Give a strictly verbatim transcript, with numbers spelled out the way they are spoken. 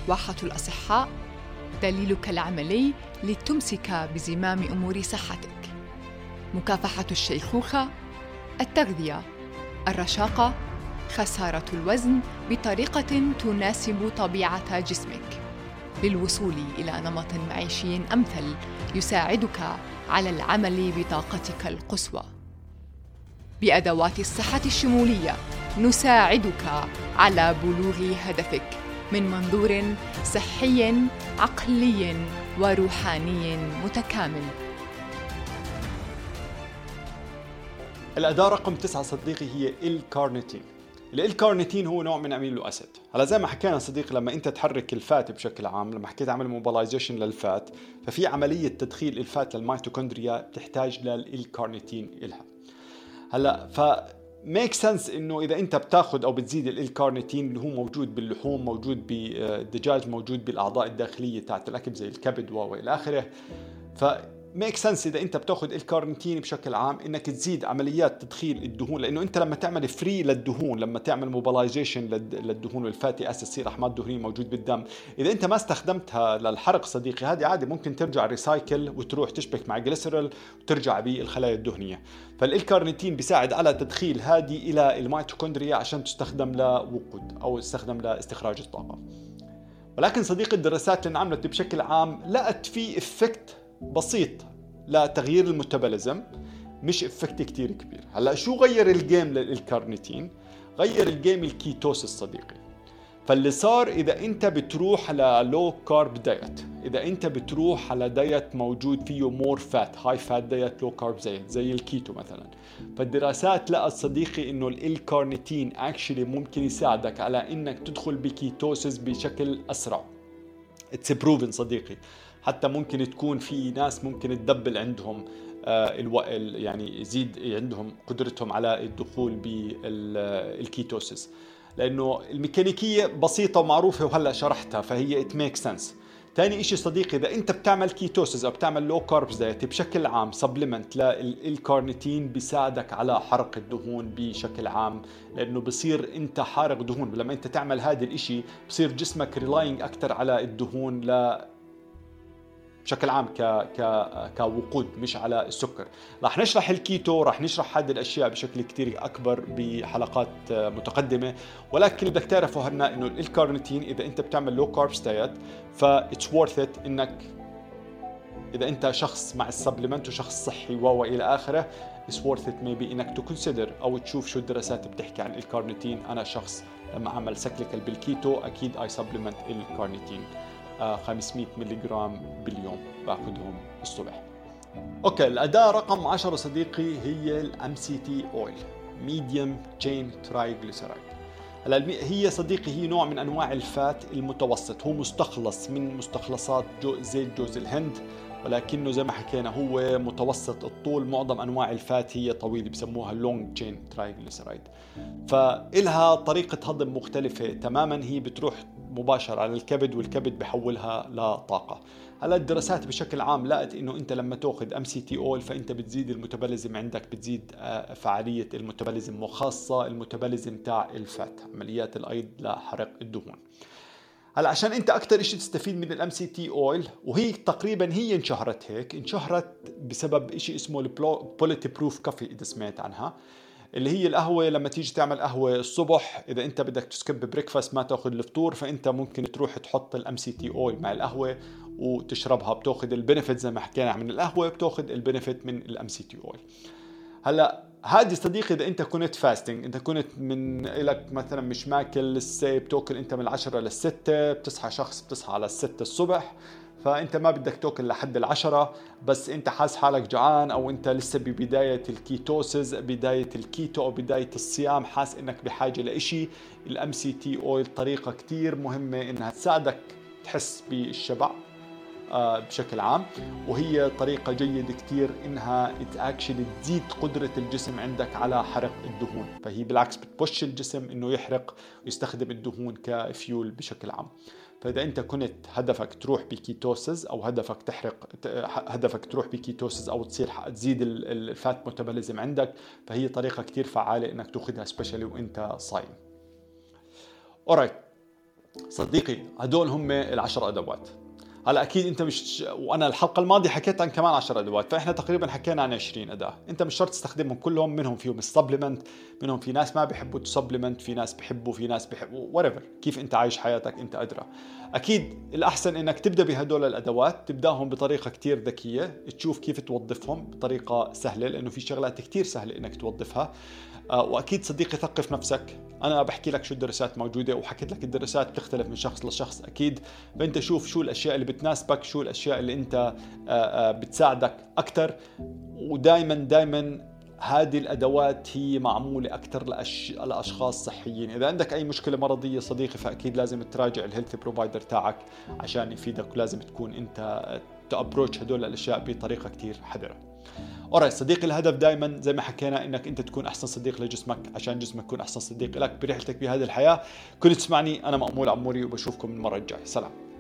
واحة الأصحاء، دليلك العملي لتمسك بزمام أمور صحتك. مكافحة الشيخوخة، التغذية، الرشاقة، خسارة الوزن بطريقة تناسب طبيعة جسمك، للوصول إلى نمط معيشي أمثل يساعدك على العمل بطاقتك القصوى. بأدوات الصحة الشمولية نساعدك على بلوغ هدفك من منظور صحي عقلي وروحاني متكامل. الأداة رقم تسعة صديقي هي الكارنيتين. الكارنيتين هو نوع من أمينو أسيد. هلا زي ما حكينا صديقي، لما أنت تحرك الفات بشكل عام، لما حكيت عمل موبلايزيشن للفات، ففي عملية تدخيل الفات للميتوكوندريا بتحتاج للكارنيتين إلها. هلا ف ميك سنس انه اذا انت بتاخذ او بتزيد الكارنيتين اللي هو موجود باللحوم، موجود بالدجاج، موجود بالاعضاء الداخليه تاعت الاكل زي الكبد والى اخره، ف ميك سنس اذا انت بتاخذ الكارنيتين بشكل عام انك تزيد عمليات تدخيل الدهون، لانه انت لما تعمل فري للدهون، لما تعمل موبلايزيشن للدهون والفاتي اسيد، تصير احماض دهنيه موجود بالدم، اذا انت ما استخدمتها للحرق صديقي، هذه عادي ممكن ترجع ريسايكل وتروح تشبك مع جليسرول وترجع بالخلايا الدهنيه. فالكارنيتين بيساعد على تدخيل هذه الى الميتوكوندريا عشان تستخدم لوقود او تستخدم لاستخراج الطاقه. ولكن صديقي الدراسات اللي انعملت بشكل عام لقت في افكت بسيط لتغيير الميتابوليزم، مش افكت كتير كبير. هلا شو غير الجيم للكارنيتين؟ غير الجيم الكيتوسيس صديقي. فاللي صار اذا انت بتروح على لو كارب دايت، اذا انت بتروح على دايت موجود فيه مور فات، هاي فات دايت، لو كارب زي زي الكيتو مثلا، فالدراسات لقت صديقي انه الكارنيتين اكشلي ممكن يساعدك على انك تدخل بكيتوسيس بشكل اسرع. اتس بروفن صديقي. حتى ممكن تكون في ناس ممكن تدبل عندهم آه الو... يعني يزيد عندهم قدرتهم على الدخول بالكيتوسيس، لانه الميكانيكيه بسيطه ومعروفه وهلا شرحتها، فهي ات ميك سنس. ثاني اشي صديقي، اذا انت بتعمل كيتوسيس او بتعمل لو كاربز دايت بشكل عام، سبلمنت للكارنيتين بيساعدك على حرق الدهون بشكل عام، لانه بصير انت حارق دهون. لما انت تعمل هذا الاشي بصير جسمك ريلاينج اكثر على الدهون ل بشكل عام ك ك كوقود، مش على السكر. راح نشرح الكيتو، راح نشرح هذه الاشياء بشكل كتير اكبر بحلقات متقدمه، ولكن بدك تعرفوا هنا انه الكارنيتين اذا انت بتعمل لو كارب دايت فاتس وورث ات، انك اذا انت شخص مع السبلمنت وشخص صحي و الى اخره، اتس وورث ات ميبي انك تو كونسيدر او تشوف شو الدراسات بتحكي عن الكارنيتين. انا شخص لما اعمل سايكليكال بالكيتو اكيد اي سبلمنت الكارنيتين خمسمية ملي جرام باليوم باخذهم الصبح. اوكي، الاداة رقم عشرة صديقي هي الام سي تي اويل، ميديوم تشين ترايجليسرايد. هلا هي صديقي هي نوع من انواع الفات المتوسط، هو مستخلص من مستخلصات جو زيت جوز الهند، ولكنه زي ما حكينا هو متوسط الطول. معظم انواع الفات هي طويله، بسموها لونج تشين ترايجليسرايد. فإلها طريقه هضم مختلفه تماما، هي بتروح مباشر على الكبد والكبد بحولها لطاقه. هلا الدراسات بشكل عام لقت انه انت لما تاخذ ام سي تي اول فانت بتزيد الميتابوليزم عندك، بتزيد فعاليه الميتابوليزم، وخاصه الميتابوليزم تاع الفات، عمليات الايض لحرق الدهون. هلا عشان انت اكثر شيء تستفيد من الام سي تي اويل، وهي تقريبا هي انشهرت هيك، انشهرت بسبب شيء اسمه البوليتي بروف كافي، اذا سمعت عنها، اللي هي القهوة. لما تيجي تعمل قهوة الصبح، إذا أنت بدك تسكب بريكفاست ما تأخذ الفطور، فأنت ممكن تروح تحط الام سي تي اويل مع القهوة وتشربها، بتأخذ البنفيت زي ما حكينا من القهوة، بتأخذ البنفيت من الام سي تي اويل. هلا هذه صديقي إذا أنت كنت فاستنج، أنت كنت من إلك مثلا مش ماكل لسه، بتأكل أنت من العشرة للستة، بتصحى شخص بتصحى على الستة الصبح، فأنت ما بدك تأكل لحد العشرة، بس أنت حاس حالك جوعان، أو أنت لسه ببداية الكيتوسيس، بداية الكيتو أو بداية الصيام، حاس إنك بحاجة لإشي، الام سي تي اويل طريقة كتير مهمة إنها تساعدك تحس بالشبع بشكل عام، وهي طريقة جيدة كتير إنها اكشلي تزيد قدرة الجسم عندك على حرق الدهون. فهي بالعكس بتبش الجسم إنه يحرق ويستخدم الدهون كفيول بشكل عام. فإذا أنت كنت هدفك تروح بكيتوسيس أو هدفك تحرق، هدفك تروح بكيتوسيس أو تصير تزيد الفات ميتابوليزم عندك، فهي طريقة كتير فعالة إنك تأخذها سبيشالي وأنت صايم. أورايت، صديقي هدول هم العشر ادوات. هلا اكيد انت مش، وانا الحلقه الماضيه حكيت عن كمان عشر ادوات، فاحنا تقريبا حكينا عن عشرين اداه. انت مش شرط تستخدمهم كلهم، منهم فيهم السبلمنت، منهم في ناس ما بيحبوا السبلمنت، في ناس بيحبوا، في ناس بيحبوا whatever. كيف انت عايش حياتك انت ادرى. اكيد الاحسن انك تبدا بهدول الادوات، تبداهم بطريقه كتير ذكيه، تشوف كيف توظفهم بطريقه سهله، لانه في شغلات كتير سهله انك توظفها. واكيد صديقي ثقف نفسك. انا بحكي لك شو الدراسات موجوده، وحكيت لك الدراسات بتختلف من شخص لشخص اكيد. فانت شوف شو الاشياء اللي بتناسبك، شو الاشياء اللي انت بتساعدك اكثر. ودائما دائما هذه الادوات هي معموله اكثر لأش... لاشخاص صحيين. اذا عندك اي مشكله مرضيه صديقي، فاكيد لازم تراجع الهيلث بروفايدر تاعك عشان يفيدك، ولازم تكون انت تابروتش هدول الاشياء بطريقه كتير حذره. اورايت صديقي، الهدف دائما زي ما حكينا انك انت تكون احسن صديق لجسمك، عشان جسمك يكون احسن صديق لك برحلتك بهذه الحياه. كنت تسمعني، انا مأمول عموري، وبشوفكم المره الجايه. سلام.